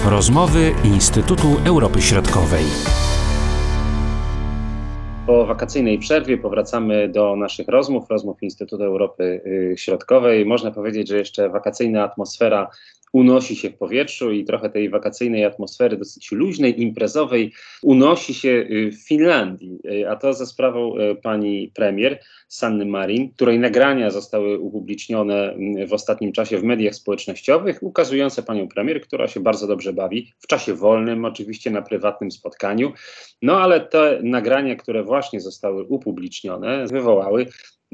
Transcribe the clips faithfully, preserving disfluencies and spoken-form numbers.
Rozmowy Instytutu Europy Środkowej. Po wakacyjnej przerwie powracamy do naszych rozmów, rozmów Instytutu Europy Środkowej. Można powiedzieć, że jeszcze wakacyjna atmosfera unosi się w powietrzu i trochę tej wakacyjnej atmosfery dosyć luźnej, imprezowej unosi się w Finlandii, a to za sprawą pani premier Sanny Marin, której nagrania zostały upublicznione w ostatnim czasie w mediach społecznościowych, ukazujące panią premier, która się bardzo dobrze bawi, w czasie wolnym oczywiście, na prywatnym spotkaniu. No ale te nagrania, które właśnie zostały upublicznione, wywołały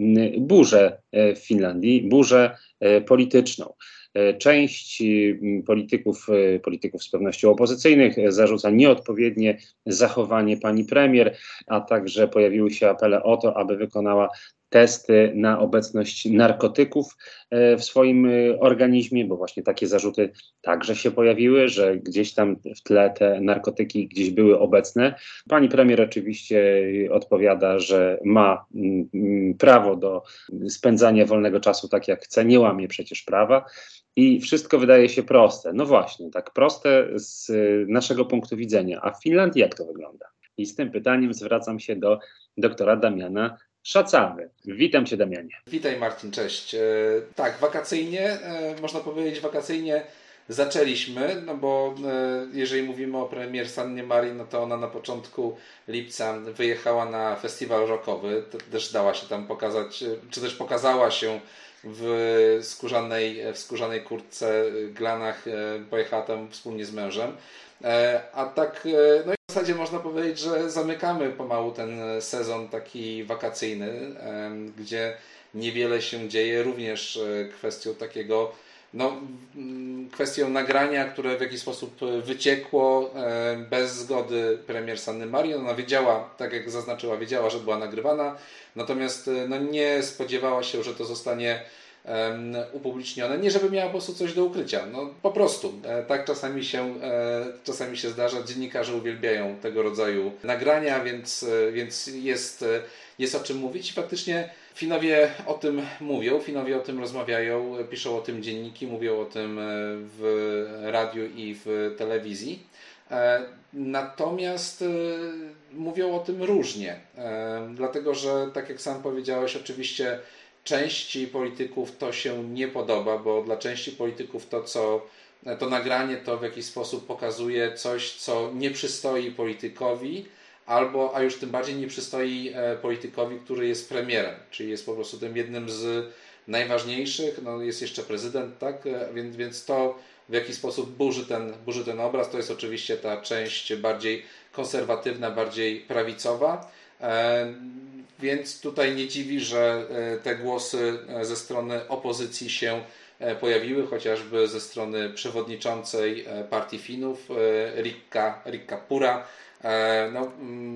burzę w Finlandii, burzę polityczną. Część polityków, polityków z pewnością opozycyjnych zarzuca nieodpowiednie zachowanie pani premier, a także pojawiły się apele o to, aby wykonała testy na obecność narkotyków w swoim organizmie, bo właśnie takie zarzuty także się pojawiły, że gdzieś tam w tle te narkotyki gdzieś były obecne. Pani premier oczywiście odpowiada, że ma prawo do spędzania wolnego czasu tak jak chce, nie łamie przecież prawa. I wszystko wydaje się proste. No właśnie, tak proste z naszego punktu widzenia. A w Finlandii jak to wygląda? I z tym pytaniem zwracam się do doktora Damiana Szacawy. Witam cię, Damianie. Witaj, Marcin, cześć. E, tak, wakacyjnie, e, można powiedzieć wakacyjnie zaczęliśmy, no bo e, jeżeli mówimy o premier Sannie Marin, no to ona na początku lipca wyjechała na festiwal rockowy, też dała się tam pokazać, czy też pokazała się w skórzanej, w skórzanej kurtce, glanach, pojechała tam wspólnie z mężem. A tak, no i w zasadzie można powiedzieć, że zamykamy pomału ten sezon taki wakacyjny, gdzie niewiele się dzieje, również kwestią takiego, no, kwestią nagrania, które w jakiś sposób wyciekło bez zgody premier Sanny Marin. Ona wiedziała, tak jak zaznaczyła, wiedziała, że była nagrywana, natomiast no, nie spodziewała się, że to zostanie um, upublicznione. Nie, żeby miała po prostu coś do ukrycia. No, po prostu. E, tak czasami się, e, czasami się zdarza. Dziennikarze uwielbiają tego rodzaju nagrania, więc, e, więc jest, e, jest o czym mówić. I faktycznie Finowie o tym mówią, Finowie o tym rozmawiają, piszą o tym dzienniki, mówią o tym w radiu i w telewizji. Natomiast mówią o tym różnie, dlatego że, tak jak sam powiedziałeś, oczywiście części polityków to się nie podoba, bo dla części polityków to, co to nagranie, to w jakiś sposób pokazuje coś, co nie przystoi politykowi, albo, a już tym bardziej nie przystoi politykowi, który jest premierem, czyli jest po prostu tym jednym z najważniejszych, no jest jeszcze prezydent, tak, więc, więc to w jaki sposób burzy ten, burzy ten obraz, to jest oczywiście ta część bardziej konserwatywna, bardziej prawicowa, e, więc tutaj nie dziwi, że te głosy ze strony opozycji się pojawiły, chociażby ze strony przewodniczącej partii Finów, Riikka, Riikka Purra, no,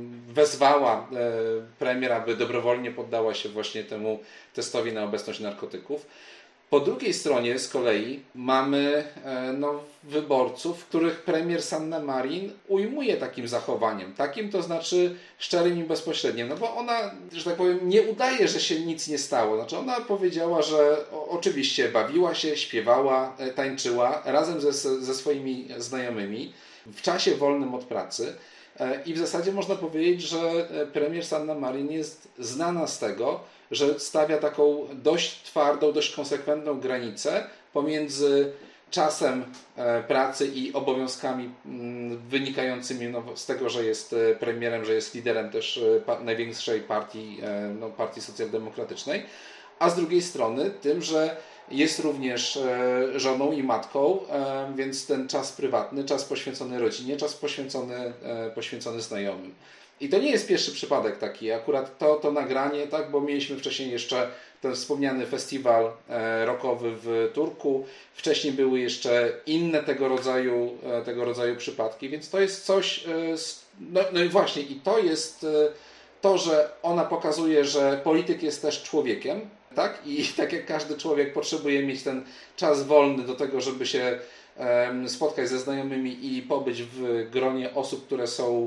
wezwała premier, aby dobrowolnie poddała się właśnie temu testowi na obecność narkotyków. Po drugiej stronie z kolei mamy no, wyborców, których premier Sanna Marin ujmuje takim zachowaniem. Takim to znaczy szczerym i bezpośrednim. No bo ona, że tak powiem, nie udaje, że się nic nie stało. Znaczy ona powiedziała, że oczywiście bawiła się, śpiewała, tańczyła razem ze, ze swoimi znajomymi w czasie wolnym od pracy. I w zasadzie można powiedzieć, że premier Sanna Marin jest znana z tego, że stawia taką dość twardą, dość konsekwentną granicę pomiędzy czasem pracy i obowiązkami wynikającymi no, z tego, że jest premierem, że jest liderem też największej partii, no, partii socjaldemokratycznej, a z drugiej strony tym, że jest również żoną i matką, więc ten czas prywatny, czas poświęcony rodzinie, czas poświęcony, poświęcony znajomym. I to nie jest pierwszy przypadek taki, akurat to, to nagranie, tak, bo mieliśmy wcześniej jeszcze ten wspomniany festiwal rockowy w Turku, wcześniej były jeszcze inne tego rodzaju, tego rodzaju przypadki, więc to jest coś, no, no i właśnie, i to jest to, że ona pokazuje, że polityk jest też człowiekiem, tak, i tak jak każdy człowiek potrzebuje mieć ten czas wolny do tego, żeby się spotkać ze znajomymi i pobyć w gronie osób, które są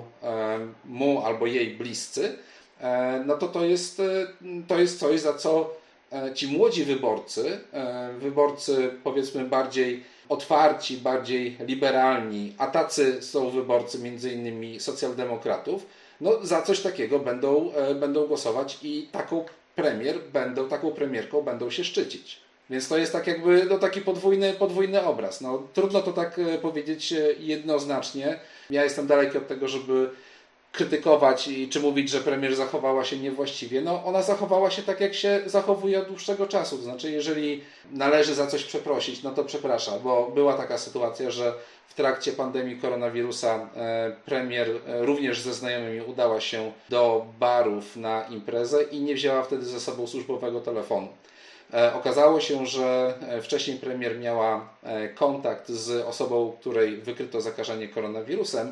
mu albo jej bliscy, no to to jest, to jest coś, za co ci młodzi wyborcy, wyborcy powiedzmy bardziej otwarci, bardziej liberalni, a tacy są wyborcy między innymi socjaldemokratów, no za coś takiego będą, będą głosować i taką premier będą, taką premierką będą się szczycić. Więc to jest tak jakby no, taki podwójny, podwójny obraz. No, trudno to tak powiedzieć jednoznacznie. Ja jestem daleki od tego, żeby krytykować i czy mówić, że premier zachowała się niewłaściwie. No ona zachowała się tak, jak się zachowuje od dłuższego czasu. To znaczy, jeżeli należy za coś przeprosić, no to przeprasza, bo była taka sytuacja, że w trakcie pandemii koronawirusa premier również ze znajomymi udała się do barów na imprezę i nie wzięła wtedy ze sobą służbowego telefonu. Okazało się, że wcześniej premier miała kontakt z osobą, której wykryto zakażenie koronawirusem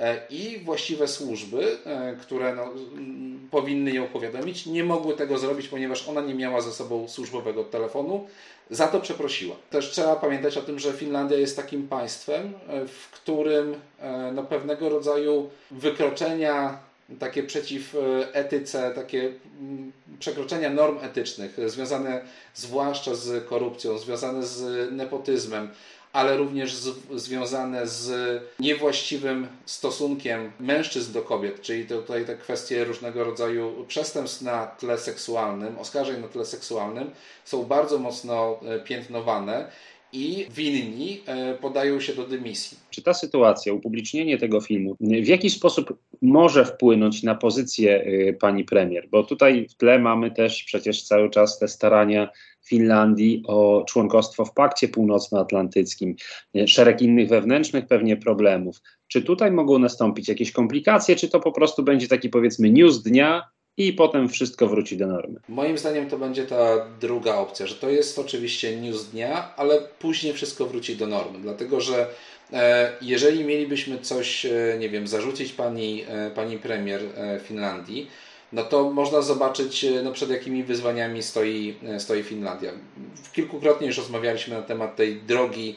i właściwe służby, które no, powinny ją powiadomić, nie mogły tego zrobić, ponieważ ona nie miała ze sobą służbowego telefonu. Za to przeprosiła. Też trzeba pamiętać o tym, że Finlandia jest takim państwem, w którym no, pewnego rodzaju wykroczenia takie przeciw etyce, takie przekroczenia norm etycznych, związane zwłaszcza z korupcją, związane z nepotyzmem, ale również z, związane z niewłaściwym stosunkiem mężczyzn do kobiet, czyli tutaj te kwestie różnego rodzaju przestępstw na tle seksualnym, oskarżeń na tle seksualnym są bardzo mocno piętnowane i winni podają się do dymisji. Czy ta sytuacja, upublicznienie tego filmu, w jaki sposób może wpłynąć na pozycję pani premier? Bo tutaj w tle mamy też przecież cały czas te starania Finlandii o członkostwo w Pakcie Północnoatlantyckim, szereg innych wewnętrznych pewnie problemów. Czy tutaj mogą nastąpić jakieś komplikacje, czy to po prostu będzie taki, powiedzmy, news dnia i potem wszystko wróci do normy? Moim zdaniem to będzie ta druga opcja, że to jest oczywiście news dnia, ale później wszystko wróci do normy, dlatego że e, jeżeli mielibyśmy coś, e, nie wiem, zarzucić pani, e, pani premier e, Finlandii, no to można zobaczyć, no, przed jakimi wyzwaniami stoi, stoi Finlandia. Kilkukrotnie już rozmawialiśmy na temat tej drogi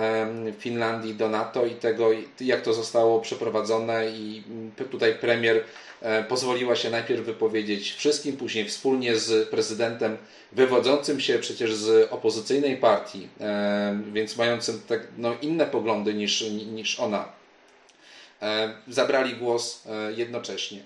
Finlandii do NATO i tego, jak to zostało przeprowadzone i tutaj premier pozwoliła się najpierw wypowiedzieć wszystkim, później wspólnie z prezydentem wywodzącym się przecież z opozycyjnej partii, więc mającym tak, no, inne poglądy niż, niż ona, zabrali głos jednocześnie.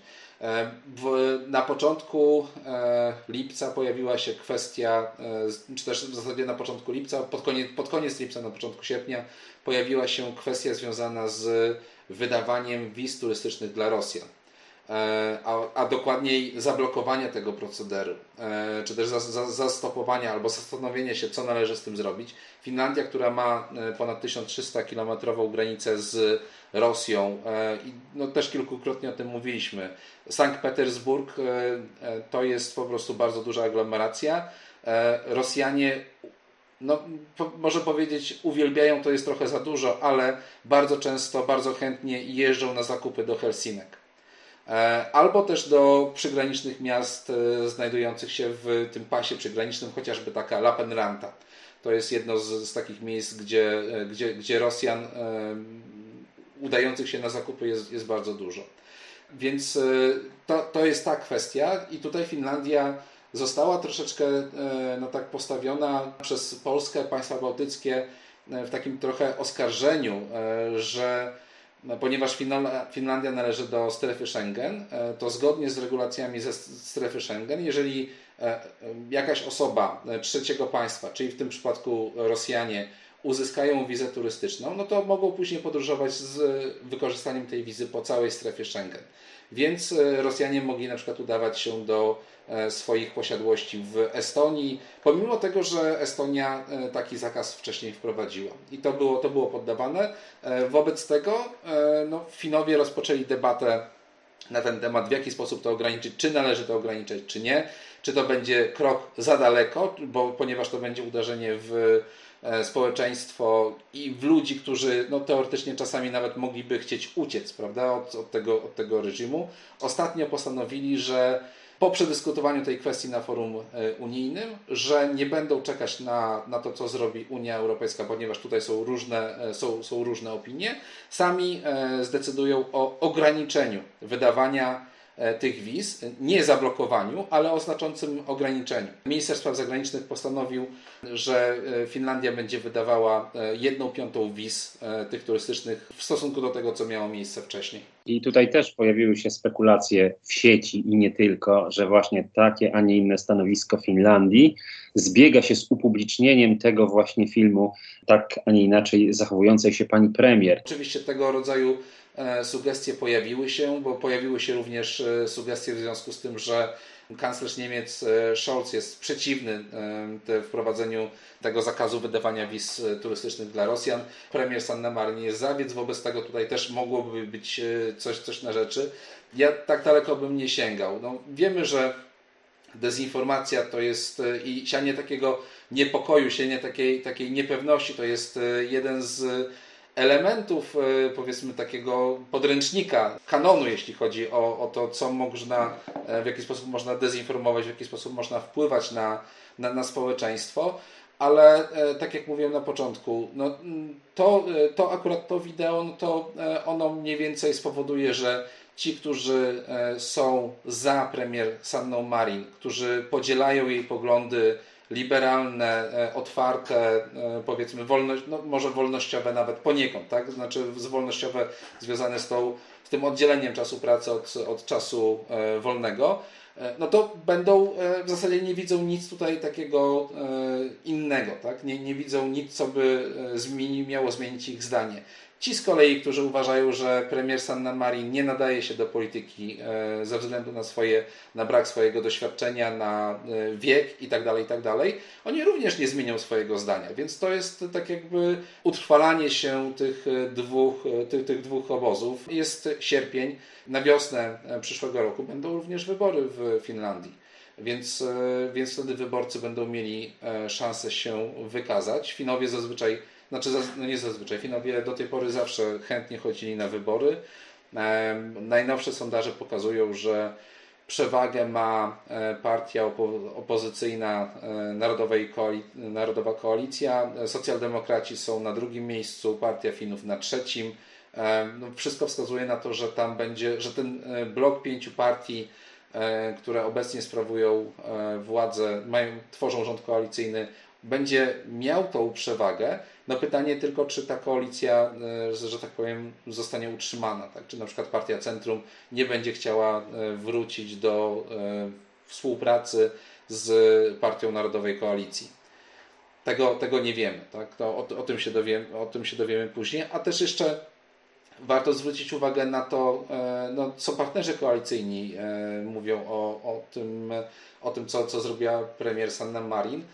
W, na początku e, lipca pojawiła się kwestia, e, czy też w zasadzie na początku lipca, pod koniec, pod koniec lipca, na początku sierpnia pojawiła się kwestia związana z wydawaniem wiz turystycznych dla Rosjan, e, a, a dokładniej zablokowania tego procederu, e, czy też za, za, zastopowania albo zastanowienia się, co należy z tym zrobić. Finlandia, która ma ponad tysiąc trzysta kilometrową granicę z Rosją i no, też kilkukrotnie o tym mówiliśmy. Sankt Petersburg to jest po prostu bardzo duża aglomeracja. Rosjanie, no, po, może powiedzieć, uwielbiają, to jest trochę za dużo, ale bardzo często, bardzo chętnie jeżdżą na zakupy do Helsinek. Albo też do przygranicznych miast znajdujących się w tym pasie przygranicznym, chociażby taka Lappeenranta. To jest jedno z, z takich miejsc, gdzie, gdzie, gdzie Rosjan udających się na zakupy jest, jest bardzo dużo. Więc to, to jest ta kwestia i tutaj Finlandia została troszeczkę no tak postawiona przez Polskę, państwa bałtyckie w takim trochę oskarżeniu, że no, ponieważ Finlandia należy do strefy Schengen, to zgodnie z regulacjami ze strefy Schengen, jeżeli jakaś osoba trzeciego państwa, czyli w tym przypadku Rosjanie, uzyskają wizę turystyczną, no to mogą później podróżować z wykorzystaniem tej wizy po całej strefie Schengen. Więc Rosjanie mogli na przykład udawać się do swoich posiadłości w Estonii, pomimo tego, że Estonia taki zakaz wcześniej wprowadziła. I to było, to było poddawane. Wobec tego no, Finowie rozpoczęli debatę na ten temat, w jaki sposób to ograniczyć, czy należy to ograniczać, czy nie, czy to będzie krok za daleko, bo ponieważ to będzie uderzenie w społeczeństwo i w ludzi, którzy no, teoretycznie czasami nawet mogliby chcieć uciec, prawda, od, od, tego, od tego reżimu. Ostatnio postanowili, że po przedyskutowaniu tej kwestii na forum unijnym, że nie będą czekać na, na to, co zrobi Unia Europejska, ponieważ tutaj są różne, są, są różne opinie, sami zdecydują o ograniczeniu wydawania tych wiz, nie zablokowaniu, ale o znaczącym ograniczeniu. Minister Spraw Zagranicznych postanowił, że Finlandia będzie wydawała jedną piątą wiz tych turystycznych w stosunku do tego, co miało miejsce wcześniej. I tutaj też pojawiły się spekulacje w sieci i nie tylko, że właśnie takie, a nie inne stanowisko Finlandii zbiega się z upublicznieniem tego właśnie filmu, tak, a nie inaczej zachowującej się pani premier. Oczywiście tego rodzaju e, sugestie pojawiły się, bo pojawiły się również e, sugestie w związku z tym, że kanclerz Niemiec e, Scholz jest przeciwny e, te wprowadzeniu tego zakazu wydawania wiz e, turystycznych dla Rosjan. Premier Sanna Marin jest za, więc wobec tego tutaj też mogłoby być e, coś, coś na rzeczy. Ja tak daleko bym nie sięgał. No, wiemy, że dezinformacja to jest i sianie takiego niepokoju, sianie takiej, takiej niepewności to jest jeden z elementów, powiedzmy, takiego podręcznika, kanonu, jeśli chodzi o, o to, co można, w jaki sposób można dezinformować, w jaki sposób można wpływać na, na, na społeczeństwo. Ale tak jak mówiłem na początku, no, to, to akurat to wideo, no to ono mniej więcej spowoduje, że ci, którzy są za premier Sanną Marin, którzy podzielają jej poglądy liberalne, otwarte, powiedzmy wolność, no może wolnościowe nawet poniekąd, tak? Znaczy wolnościowe związane z, tą, z tym oddzieleniem czasu pracy od, od czasu wolnego, no to będą, w zasadzie nie widzą nic tutaj takiego innego, tak? Nie, nie widzą nic, co by zmieni, miało zmienić ich zdanie. Ci z kolei, którzy uważają, że premier Sanna Marin nie nadaje się do polityki e, ze względu na, swoje, na brak swojego doświadczenia, na e, wiek itd., itd., oni również nie zmienią swojego zdania. Więc to jest tak jakby utrwalanie się tych dwóch, tych, tych dwóch obozów. Jest sierpień, na wiosnę przyszłego roku będą również wybory w Finlandii. Więc, e, więc wtedy wyborcy będą mieli e, szansę się wykazać. Finowie zazwyczaj Znaczy, no nie zazwyczaj, Finowie do tej pory zawsze chętnie chodzili na wybory. E, najnowsze sondaże pokazują, że przewagę ma partia opo- opozycyjna e, Narodowej Koali- Narodowa Koalicja. Socjaldemokraci są na drugim miejscu, partia Finów na trzecim. E, no wszystko wskazuje na to, że tam będzie, że ten blok pięciu partii, e, które obecnie sprawują e, władzę, mają, tworzą rząd koalicyjny, będzie miał tą przewagę. No pytanie tylko, czy ta koalicja, że tak powiem, zostanie utrzymana. Tak? Czy na przykład partia Centrum nie będzie chciała wrócić do współpracy z partią Narodowej Koalicji. Tego, tego nie wiemy. Tak? To o, o, tym się dowiemy, o tym się dowiemy później. A też jeszcze warto zwrócić uwagę na to, no, co partnerzy koalicyjni mówią o, o tym, o tym co, co zrobiła premier Sanna Marin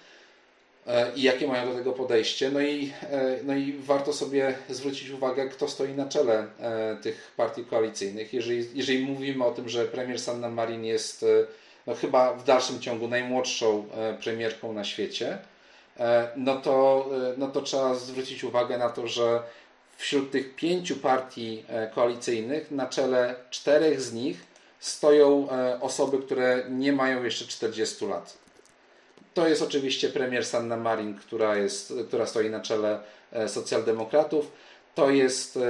i jakie mają do tego podejście. No i, no i warto sobie zwrócić uwagę, kto stoi na czele tych partii koalicyjnych. Jeżeli, jeżeli mówimy o tym, że premier Sanna Marin jest no, chyba w dalszym ciągu najmłodszą premierką na świecie, no to, no to trzeba zwrócić uwagę na to, że wśród tych pięciu partii koalicyjnych na czele czterech z nich stoją osoby, które nie mają jeszcze czterdziestu lat. To jest oczywiście premier Sanna Marin, która, jest, która stoi na czele socjaldemokratów. To jest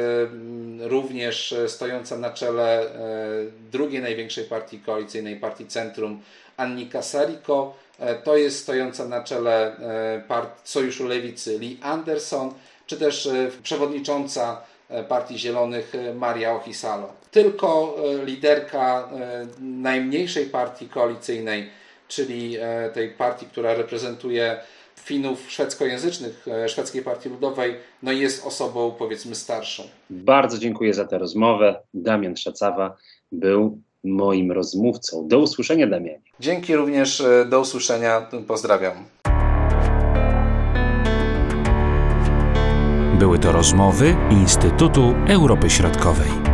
również stojąca na czele drugiej największej partii koalicyjnej, partii Centrum, Annika Saarikko. To jest stojąca na czele part- Sojuszu Lewicy Li Andersson, czy też przewodnicząca Partii Zielonych Maria Ohisalo. Tylko liderka najmniejszej partii koalicyjnej, czyli tej partii, która reprezentuje Finów szwedzkojęzycznych, Szwedzkiej Partii Ludowej, no jest osobą, powiedzmy, starszą. Bardzo dziękuję za tę rozmowę. Damian Szacawa był moim rozmówcą. Do usłyszenia, Damianie. Dzięki również, do usłyszenia, pozdrawiam. Były to rozmowy Instytutu Europy Środkowej.